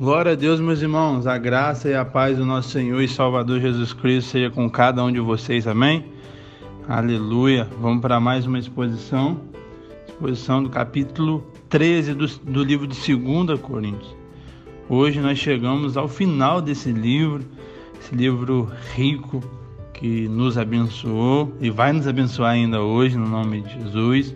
Glória a Deus, meus irmãos, a graça e a paz do nosso Senhor e Salvador Jesus Cristo seja com cada um de vocês, amém? Aleluia! Vamos para mais uma exposição do capítulo 13 do livro de 2 Coríntios. Hoje nós chegamos ao final desse livro, esse livro rico que nos abençoou e vai nos abençoar ainda hoje, no nome de Jesus.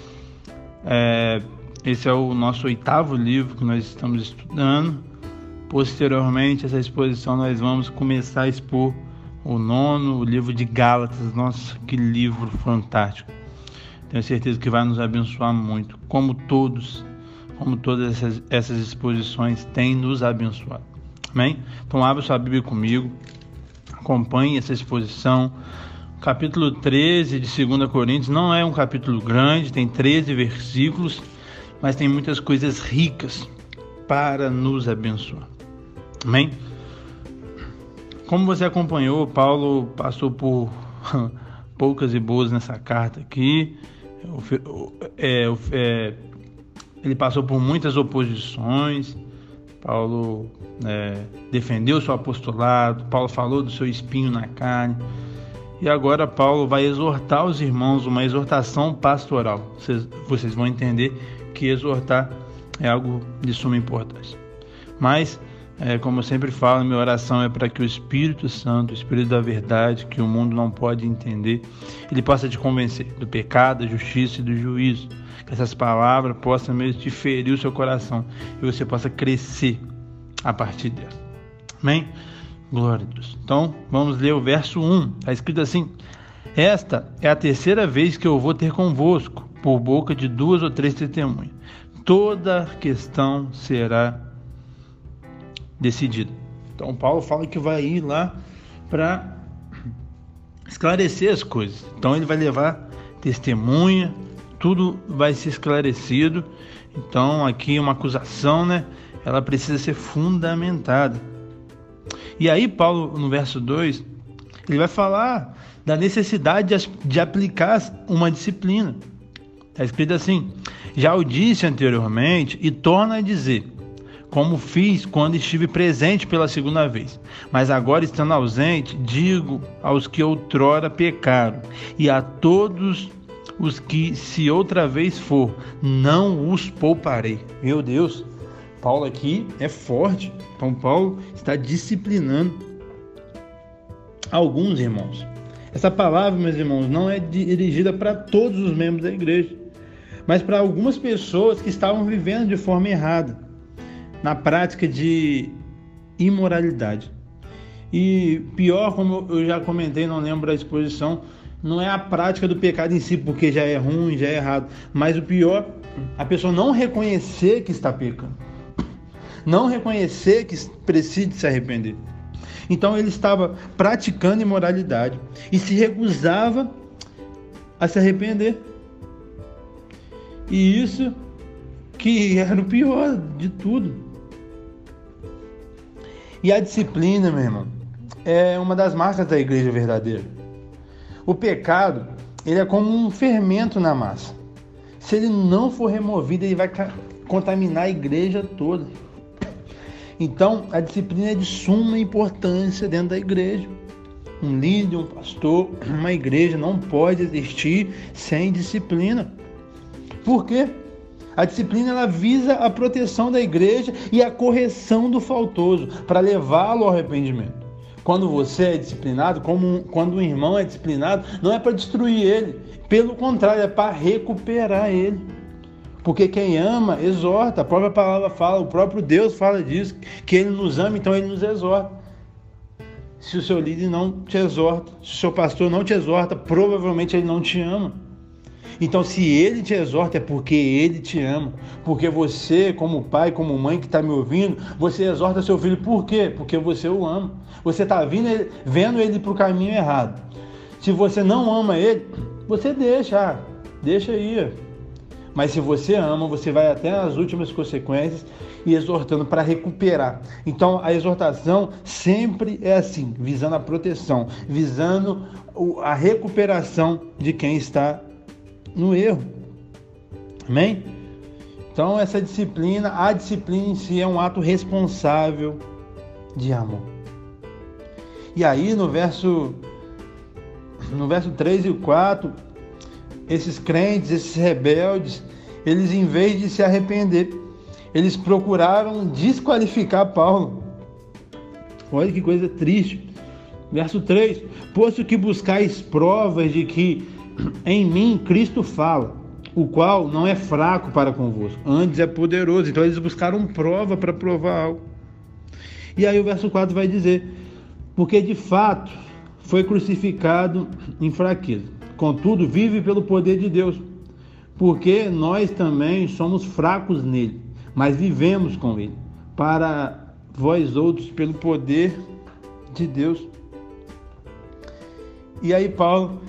Esse é o nosso 8º livro que nós estamos estudando. Posteriormente, essa exposição, nós vamos começar a expor o 9º, o livro de Gálatas. Nossa, que livro fantástico! Tenho certeza que vai nos abençoar muito, como todas essas exposições têm nos abençoado. Amém? Então, abra sua Bíblia comigo, acompanhe essa exposição. O capítulo 13 de 2 Coríntios não é um capítulo grande, tem 13 versículos, mas tem muitas coisas ricas para nos abençoar. Amém? Como você acompanhou, Paulo passou por poucas e boas nessa carta aqui. Ele passou por muitas oposições. Paulo defendeu seu apostolado. Paulo falou do seu espinho na carne. E agora Paulo vai exortar os irmãos, uma exortação pastoral. Vocês vão entender que exortar é algo de suma importância. Mas, como eu sempre falo, minha oração é para que o Espírito Santo, o Espírito da verdade, que o mundo não pode entender, ele possa te convencer do pecado, da justiça e do juízo. Que essas palavras possam mesmo te ferir o seu coração e você possa crescer a partir delas. Amém? Glória a Deus. Então, vamos ler o verso 1. Está escrito assim: esta é a 3ª vez que eu vou ter convosco, por boca de 2 ou 3 testemunhas. Toda questão será decidida. Então Paulo fala que vai ir lá para esclarecer as coisas. Então ele vai levar testemunha, tudo vai ser esclarecido. Então aqui uma acusação, ela precisa ser fundamentada. E aí Paulo, no verso 2, ele vai falar da necessidade de aplicar uma disciplina. Está escrito assim: já o disse anteriormente e torno a dizer, como fiz quando estive presente pela 2ª vez. Mas agora, estando ausente, digo aos que outrora pecaram, e a todos os que, se outra vez for, não os pouparei. Meu Deus, Paulo aqui é forte. Então Paulo está disciplinando alguns irmãos. Essa palavra, meus irmãos, não é dirigida para todos os membros da igreja, mas para algumas pessoas que estavam vivendo de forma errada, na prática de imoralidade. E pior, como eu já comentei, não lembro da exposição, não é a prática do pecado em si, porque já é ruim, já é errado, mas o pior, a pessoa não reconhecer que está pecando, não reconhecer que precisa se arrepender. Então ele estava praticando imoralidade e se recusava a se arrepender. E isso que era o pior de tudo. E a disciplina, meu irmão, é uma das marcas da igreja verdadeira. O pecado, ele é como um fermento na massa. Se ele não for removido, ele vai contaminar a igreja toda. Então, a disciplina é de suma importância dentro da igreja. Um líder, um pastor, uma igreja não pode existir sem disciplina. Por quê? A disciplina ela visa a proteção da igreja e a correção do faltoso, para levá-lo ao arrependimento. Quando você é disciplinado, quando um irmão é disciplinado, não é para destruir ele, pelo contrário, é para recuperar ele. Porque quem ama, exorta. A própria palavra fala, o próprio Deus fala disso, que ele nos ama, então ele nos exorta. Se o seu líder não te exorta, se o seu pastor não te exorta, provavelmente ele não te ama. Então, se ele te exorta, é porque ele te ama. Porque você, como pai, como mãe que está me ouvindo, você exorta seu filho. Por quê? Porque você o ama. Você está vendo ele para o caminho errado. Se você não ama ele, você deixa aí. Mas se você ama, você vai até as últimas consequências e exortando para recuperar. Então, a exortação sempre é assim, visando a proteção, visando a recuperação de quem está no erro. Amém? Então a disciplina em si é um ato responsável de amor. E aí no verso 3 e 4, esses crentes, esses rebeldes, eles em vez de se arrepender, eles procuraram desqualificar Paulo. Olha que coisa triste. Verso 3, posto que buscais provas de que em mim Cristo fala, o qual não é fraco para convosco, antes é poderoso. Então eles buscaram prova para provar algo. E aí o verso 4 vai dizer, porque de fato foi crucificado em fraqueza, contudo vive pelo poder de Deus, porque nós também somos fracos nele, mas vivemos com ele, para vós outros pelo poder de Deus. E aí Paulo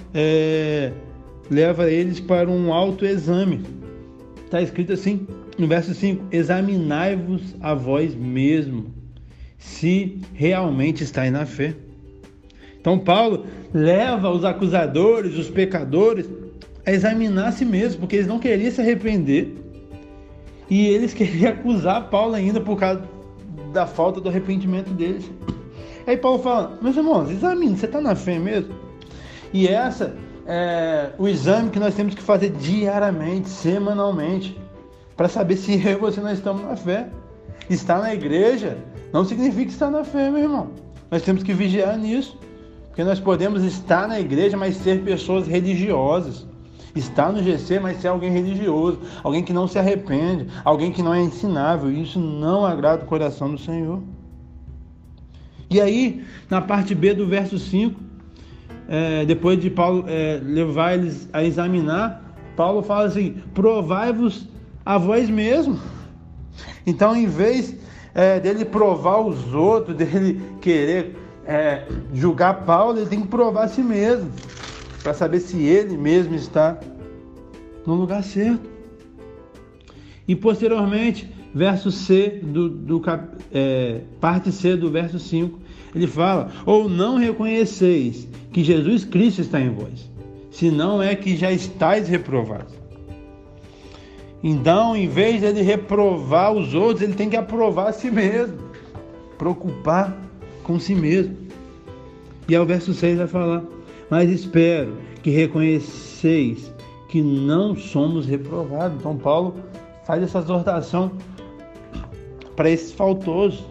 leva eles para um autoexame. Está escrito assim no verso 5, examinai-vos a vós mesmo, se realmente estáis na fé. Então Paulo leva os acusadores, os pecadores, a examinar a si mesmo, porque eles não queriam se arrepender e eles queriam acusar Paulo ainda por causa da falta do arrependimento deles. Aí Paulo fala, meus irmãos, examine, você está na fé mesmo? E essa é o exame que nós temos que fazer diariamente, semanalmente, para saber se eu e você não estamos na fé. Estar na igreja não significa estar na fé, meu irmão. Nós temos que vigiar nisso, porque nós podemos estar na igreja, mas ser pessoas religiosas. Estar no GC, mas ser alguém religioso, alguém que não se arrepende, alguém que não é ensinável. Isso não agrada o coração do Senhor. E aí, na parte B do verso 5, depois de Paulo levar eles a examinar, Paulo fala assim, provai-vos a vós mesmos. Então, em vez dele provar os outros, dele querer julgar Paulo, ele tem que provar a si mesmo, para saber se ele mesmo está no lugar certo. E posteriormente, verso C parte C do verso 5, ele fala, ou não reconheceis que Jesus Cristo está em vós, se não é que já estáis reprovados. Então, em vez de ele reprovar os outros, ele tem que aprovar a si mesmo, preocupar com si mesmo. E aí o verso 6 vai falar, mas espero que reconheceis que não somos reprovados. Então Paulo faz essa exortação para esses faltosos.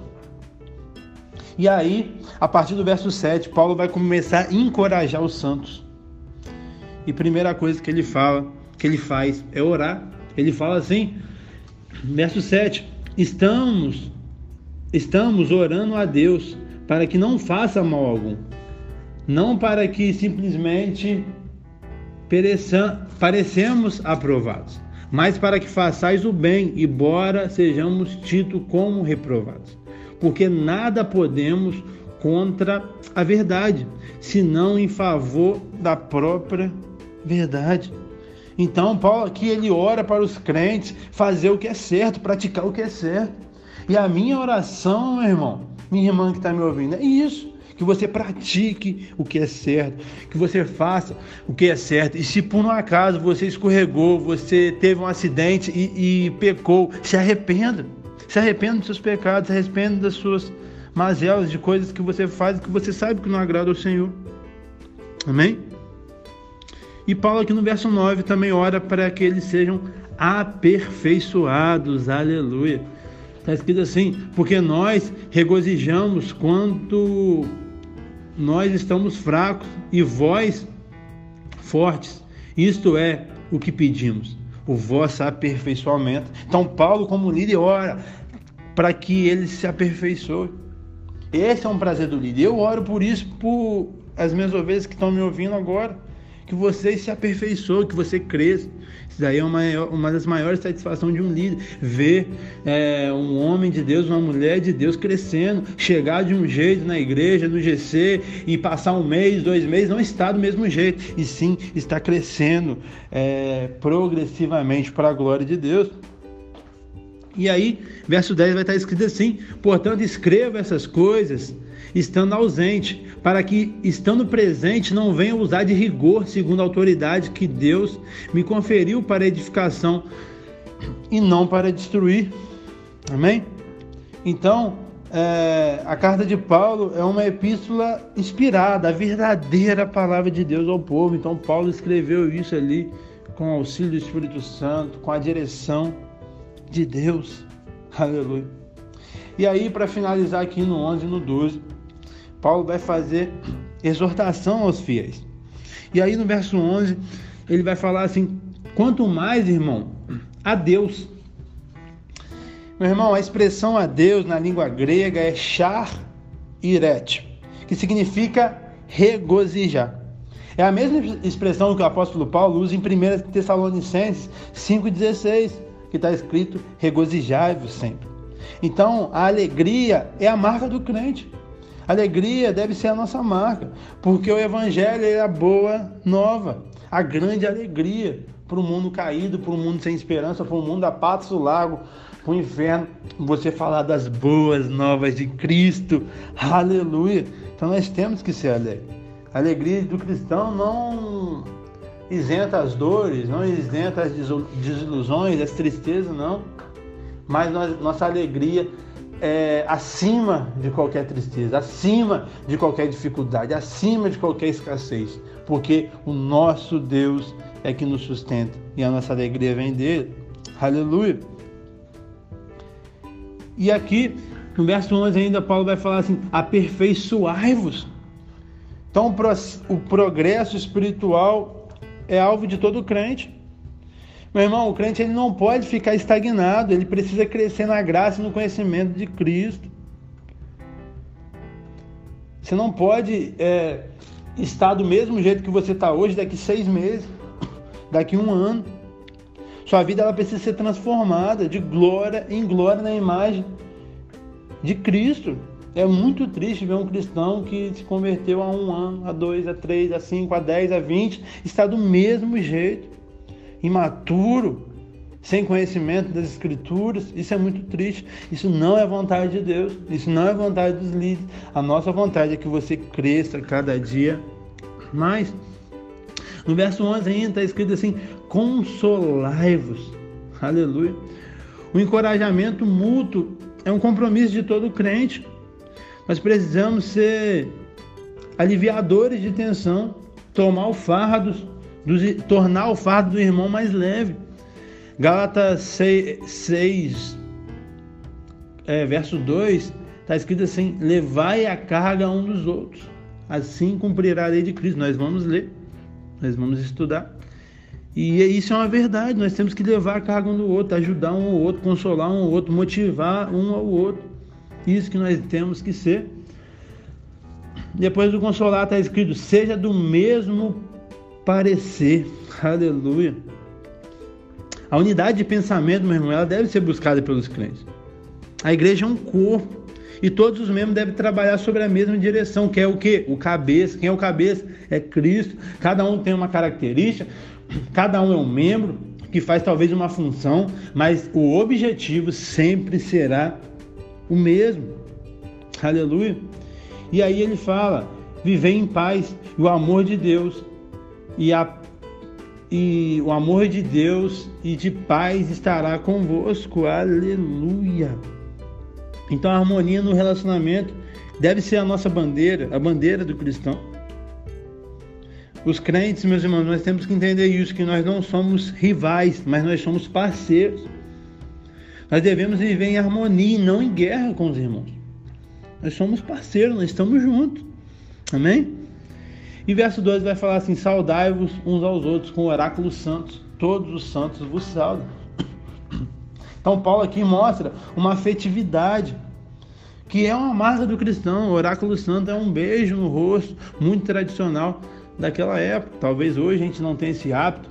E aí, a partir do verso 7, Paulo vai começar a encorajar os santos. E a primeira coisa que ele faz é orar. Ele fala assim, verso 7, estamos orando a Deus para que não faça mal algum, não para que simplesmente parecemos aprovados, mas para que façais o bem, embora sejamos tidos como reprovados. Porque nada podemos contra a verdade, senão em favor da própria verdade. Então, Paulo aqui, ele ora para os crentes fazer o que é certo, praticar o que é certo. E a minha oração, meu irmão, minha irmã que está me ouvindo, é isso. Que você pratique o que é certo, que você faça o que é certo. E se por um acaso você escorregou, você teve um acidente e pecou, se arrependa. Se arrependa dos seus pecados, se arrependa das suas mazelas, de coisas que você faz que você sabe que não agrada ao Senhor. Amém? E Paulo aqui no verso 9 também ora para que eles sejam aperfeiçoados. Aleluia. Está escrito assim, porque nós regozijamos quando nós estamos fracos e vós fortes. Isto é o que pedimos, o vosso aperfeiçoamento. Então Paulo, como líder, ora para que eles se aperfeiçoem. Esse é um prazer do líder. Eu oro por isso, por as minhas ovelhas que estão me ouvindo agora. Que você se aperfeiçoe, que você cresça. Isso daí é uma das maiores satisfações de um líder. Ver um homem de Deus, uma mulher de Deus crescendo, chegar de um jeito na igreja, no GC, e passar 1 mês, 2 meses, não está do mesmo jeito, e sim está crescendo progressivamente para a glória de Deus. E aí, verso 10 vai estar escrito assim, portanto, escreva essas coisas estando ausente, para que, estando presente, não venha usar de rigor, segundo a autoridade que Deus me conferiu para a edificação e não para destruir. Amém? Então, a carta de Paulo é uma epístola inspirada, a verdadeira palavra de Deus ao povo. Então, Paulo escreveu isso ali com o auxílio do Espírito Santo, com a direção de Deus. Aleluia. E aí, para finalizar aqui no 11 e no 12, Paulo vai fazer exortação aos fiéis. E aí, no verso 11, ele vai falar assim: quanto mais, irmão, a Deus. Meu irmão, a expressão a Deus na língua grega é char-iret, que significa regozijar. É a mesma expressão que o apóstolo Paulo usa em 1 Tessalonicenses 5,16, que está escrito: regozijai-vos sempre. Então, a alegria é a marca do crente. A alegria deve ser a nossa marca, porque o evangelho é a boa nova, a grande alegria para o mundo caído, para o mundo sem esperança, para o mundo a patos do lago, para o inferno. Você falar das boas novas de Cristo. Aleluia! Então nós temos que ser alegres. A alegria do cristão não isenta as dores, não isenta as desilusões, as tristezas, não. Mas nossa alegria é acima de qualquer tristeza, acima de qualquer dificuldade, acima de qualquer escassez. Porque o nosso Deus é que nos sustenta e a nossa alegria vem dele. Aleluia! E aqui, no verso 11 ainda, Paulo vai falar assim: aperfeiçoai-vos. Então, o progresso espiritual é alvo de todo crente. Meu irmão, o crente ele não pode ficar estagnado, ele precisa crescer na graça e no conhecimento de Cristo. Você não pode estar do mesmo jeito que você está hoje daqui 6 meses, daqui 1 ano. Sua vida ela precisa ser transformada de glória em glória na imagem de Cristo. É muito triste ver um cristão que se converteu há 1 ano, há 2, há 3, há 5, há 10, há 20, está do mesmo jeito, imaturo, sem conhecimento das Escrituras. Isso é muito triste. Isso não é vontade de Deus, isso não é vontade dos líderes. A nossa vontade é que você cresça cada dia mais. No verso 11 ainda está escrito assim: consolai-vos. Aleluia. O encorajamento mútuo é um compromisso de todo crente. Nós precisamos ser aliviadores de tensão, tornar o fardo do irmão mais leve. Gálatas 6, verso 2, está escrito assim: levai a carga um dos outros, assim cumprirá a lei de Cristo. Nós vamos ler, nós vamos estudar. E isso é uma verdade, nós temos que levar a carga um do outro, ajudar um ao outro, consolar um ao outro, motivar um ao outro. Isso que nós temos que ser. Depois do consolar está escrito: seja do mesmo parecer. Aleluia. A unidade de pensamento, meu irmão, ela deve ser buscada pelos crentes. A igreja é um corpo e todos os membros devem trabalhar sobre a mesma direção, que é o quê? O cabeça. Quem é o cabeça? É Cristo. Cada um tem uma característica, cada um é um membro que faz talvez uma função, mas o objetivo sempre será o mesmo. Aleluia. E aí ele fala: vivei em paz, e o amor de Deus e o amor de Deus e de paz estará convosco. Aleluia. Então a harmonia no relacionamento deve ser a nossa bandeira, a bandeira do cristão. Os crentes, meus irmãos, nós temos que entender isso, que nós não somos rivais, mas nós somos parceiros. Nós devemos viver em harmonia e não em guerra com os irmãos. Nós somos parceiros, nós estamos juntos. Amém? E verso 12 vai falar assim: saudai-vos uns aos outros com oráculos santos, todos os santos vos saudam. Então Paulo aqui mostra uma afetividade que é uma marca do cristão. O oráculo santo é um beijo no rosto, muito tradicional daquela época. Talvez hoje a gente não tenha esse hábito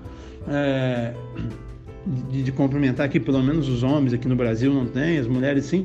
de cumprimentar aqui, pelo menos os homens aqui no Brasil não tem, as mulheres sim.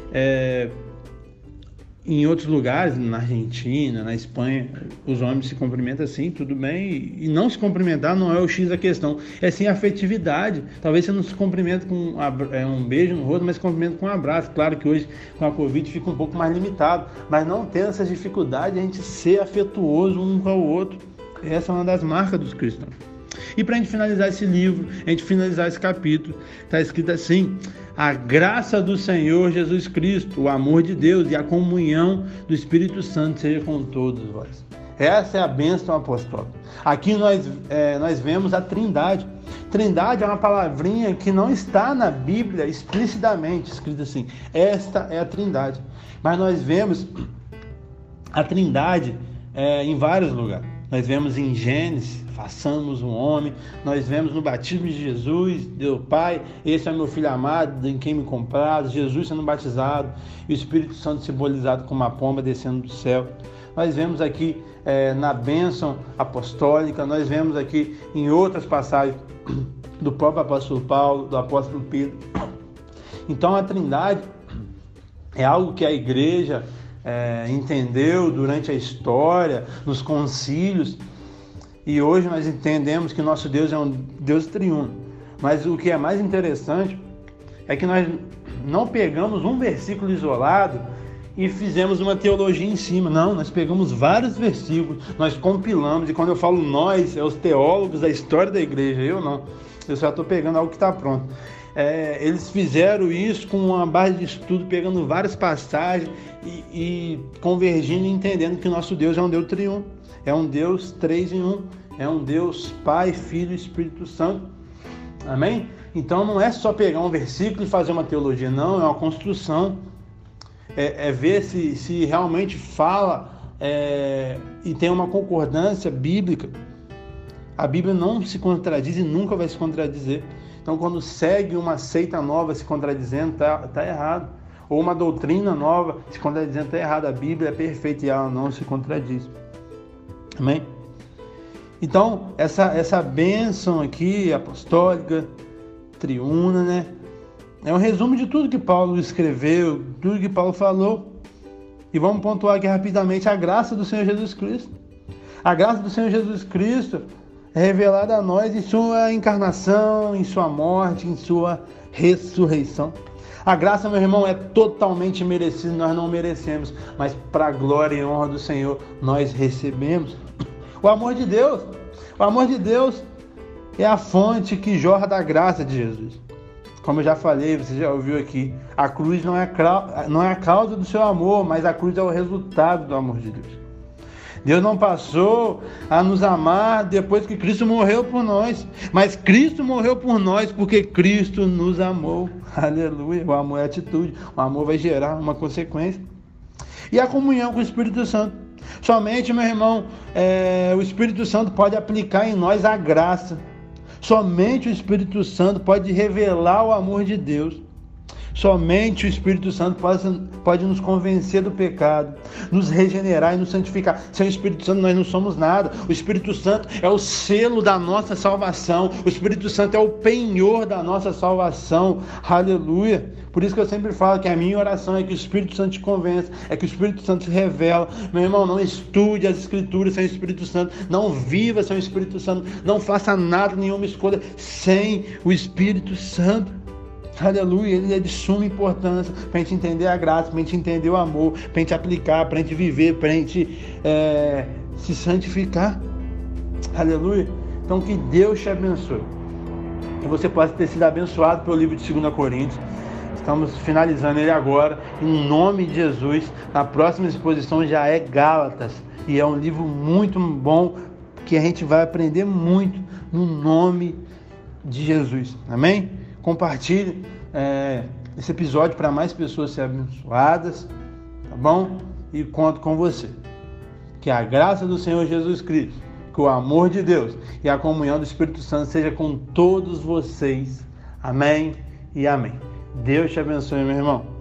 Em outros lugares, na Argentina, na Espanha, os homens se cumprimentam assim, tudo bem, e não se cumprimentar não é o X da questão, é sim a afetividade. Talvez você não se cumprimente com um beijo no rosto, mas se cumprimenta com um abraço. Claro que hoje com a Covid fica um pouco mais limitado, mas não tendo essas dificuldades, a gente ser afetuoso um com o outro, essa é uma das marcas dos cristãos. E para a gente finalizar esse livro, a gente finalizar esse capítulo, está escrito assim: a graça do Senhor Jesus Cristo, o amor de Deus e a comunhão do Espírito Santo seja com todos vós. Essa é a bênção apostólica. Aqui nós vemos a Trindade. Trindade é uma palavrinha que não está na Bíblia explicitamente escrita assim. Esta é a Trindade. Mas nós vemos a Trindade em vários lugares. Nós vemos em Gênesis, façamos um homem. Nós vemos no batismo de Jesus, Deus Pai, esse é meu filho amado, em quem me comprazo. Jesus sendo batizado e o Espírito Santo simbolizado como uma pomba descendo do céu. Nós vemos aqui na bênção apostólica, nós vemos aqui em outras passagens do próprio apóstolo Paulo, do apóstolo Pedro. Então a Trindade é algo que a igreja entendeu durante a história, nos concílios, e hoje nós entendemos que nosso Deus é um Deus triuno. Mas o que é mais interessante é que nós não pegamos um versículo isolado e fizemos uma teologia em cima. Não, nós pegamos vários versículos, nós compilamos, e quando eu falo nós, é os teólogos da história da igreja, eu não, eu só estou pegando algo que está pronto. Eles fizeram isso com uma base de estudo, pegando várias passagens e convergindo e entendendo que o nosso Deus é um Deus triuno, é um Deus 3 em 1, é um Deus Pai, Filho e Espírito Santo. Amém? Então não é só pegar um versículo e fazer uma teologia, não, é uma construção. Ver se realmente fala e tem uma concordância bíblica. A Bíblia não se contradiz e nunca vai se contradizer. Então, quando segue uma seita nova se contradizendo, tá errado. Ou uma doutrina nova se contradizendo, está errado. A Bíblia é perfeita e ela não se contradiz. Amém? Então, essa bênção aqui, apostólica, triuna, né? É um resumo de tudo que Paulo escreveu, tudo que Paulo falou. E vamos pontuar aqui rapidamente a graça do Senhor Jesus Cristo. A graça do Senhor Jesus Cristo é revelada a nós em sua encarnação, em sua morte, em sua ressurreição. A graça, meu irmão, é totalmente merecida, nós não merecemos, mas para a glória e honra do Senhor nós recebemos. O amor de Deus é a fonte que jorra da graça de Jesus. Como eu já falei, você já ouviu aqui, a cruz não é a causa do seu amor, mas a cruz é o resultado do amor de Deus. Deus não passou a nos amar depois que Cristo morreu por nós, mas Cristo morreu por nós porque Cristo nos amou. Aleluia. O amor é atitude, o amor vai gerar uma consequência. E a comunhão com o Espírito Santo. Somente, meu irmão, o Espírito Santo pode aplicar em nós a graça. Somente o Espírito Santo pode revelar o amor de Deus. Somente o Espírito Santo pode nos convencer do pecado, nos regenerar e nos santificar. Sem o Espírito Santo nós não somos nada. O Espírito Santo é o selo da nossa salvação. O Espírito Santo é o penhor da nossa salvação. Aleluia. Por isso que eu sempre falo que a minha oração é que o Espírito Santo te convença, é que o Espírito Santo te revela. Meu irmão, não estude as Escrituras sem o Espírito Santo, não viva sem o Espírito Santo, não faça nada, nenhuma escolha sem o Espírito Santo. Aleluia, ele é de suma importância para a gente entender a graça, para a gente entender o amor, para a gente aplicar, para a gente viver, para a gente se santificar. Aleluia. Então que Deus te abençoe. Que você possa ter sido abençoado pelo livro de 2 Coríntios. Estamos finalizando ele agora, em nome de Jesus. Na próxima exposição já é Gálatas. E é um livro muito bom, que a gente vai aprender muito no nome de Jesus. Amém? Compartilhe esse episódio para mais pessoas serem abençoadas, tá bom? E conto com você. Que a graça do Senhor Jesus Cristo, que o amor de Deus e a comunhão do Espírito Santo seja com todos vocês. Amém e amém. Deus te abençoe, meu irmão.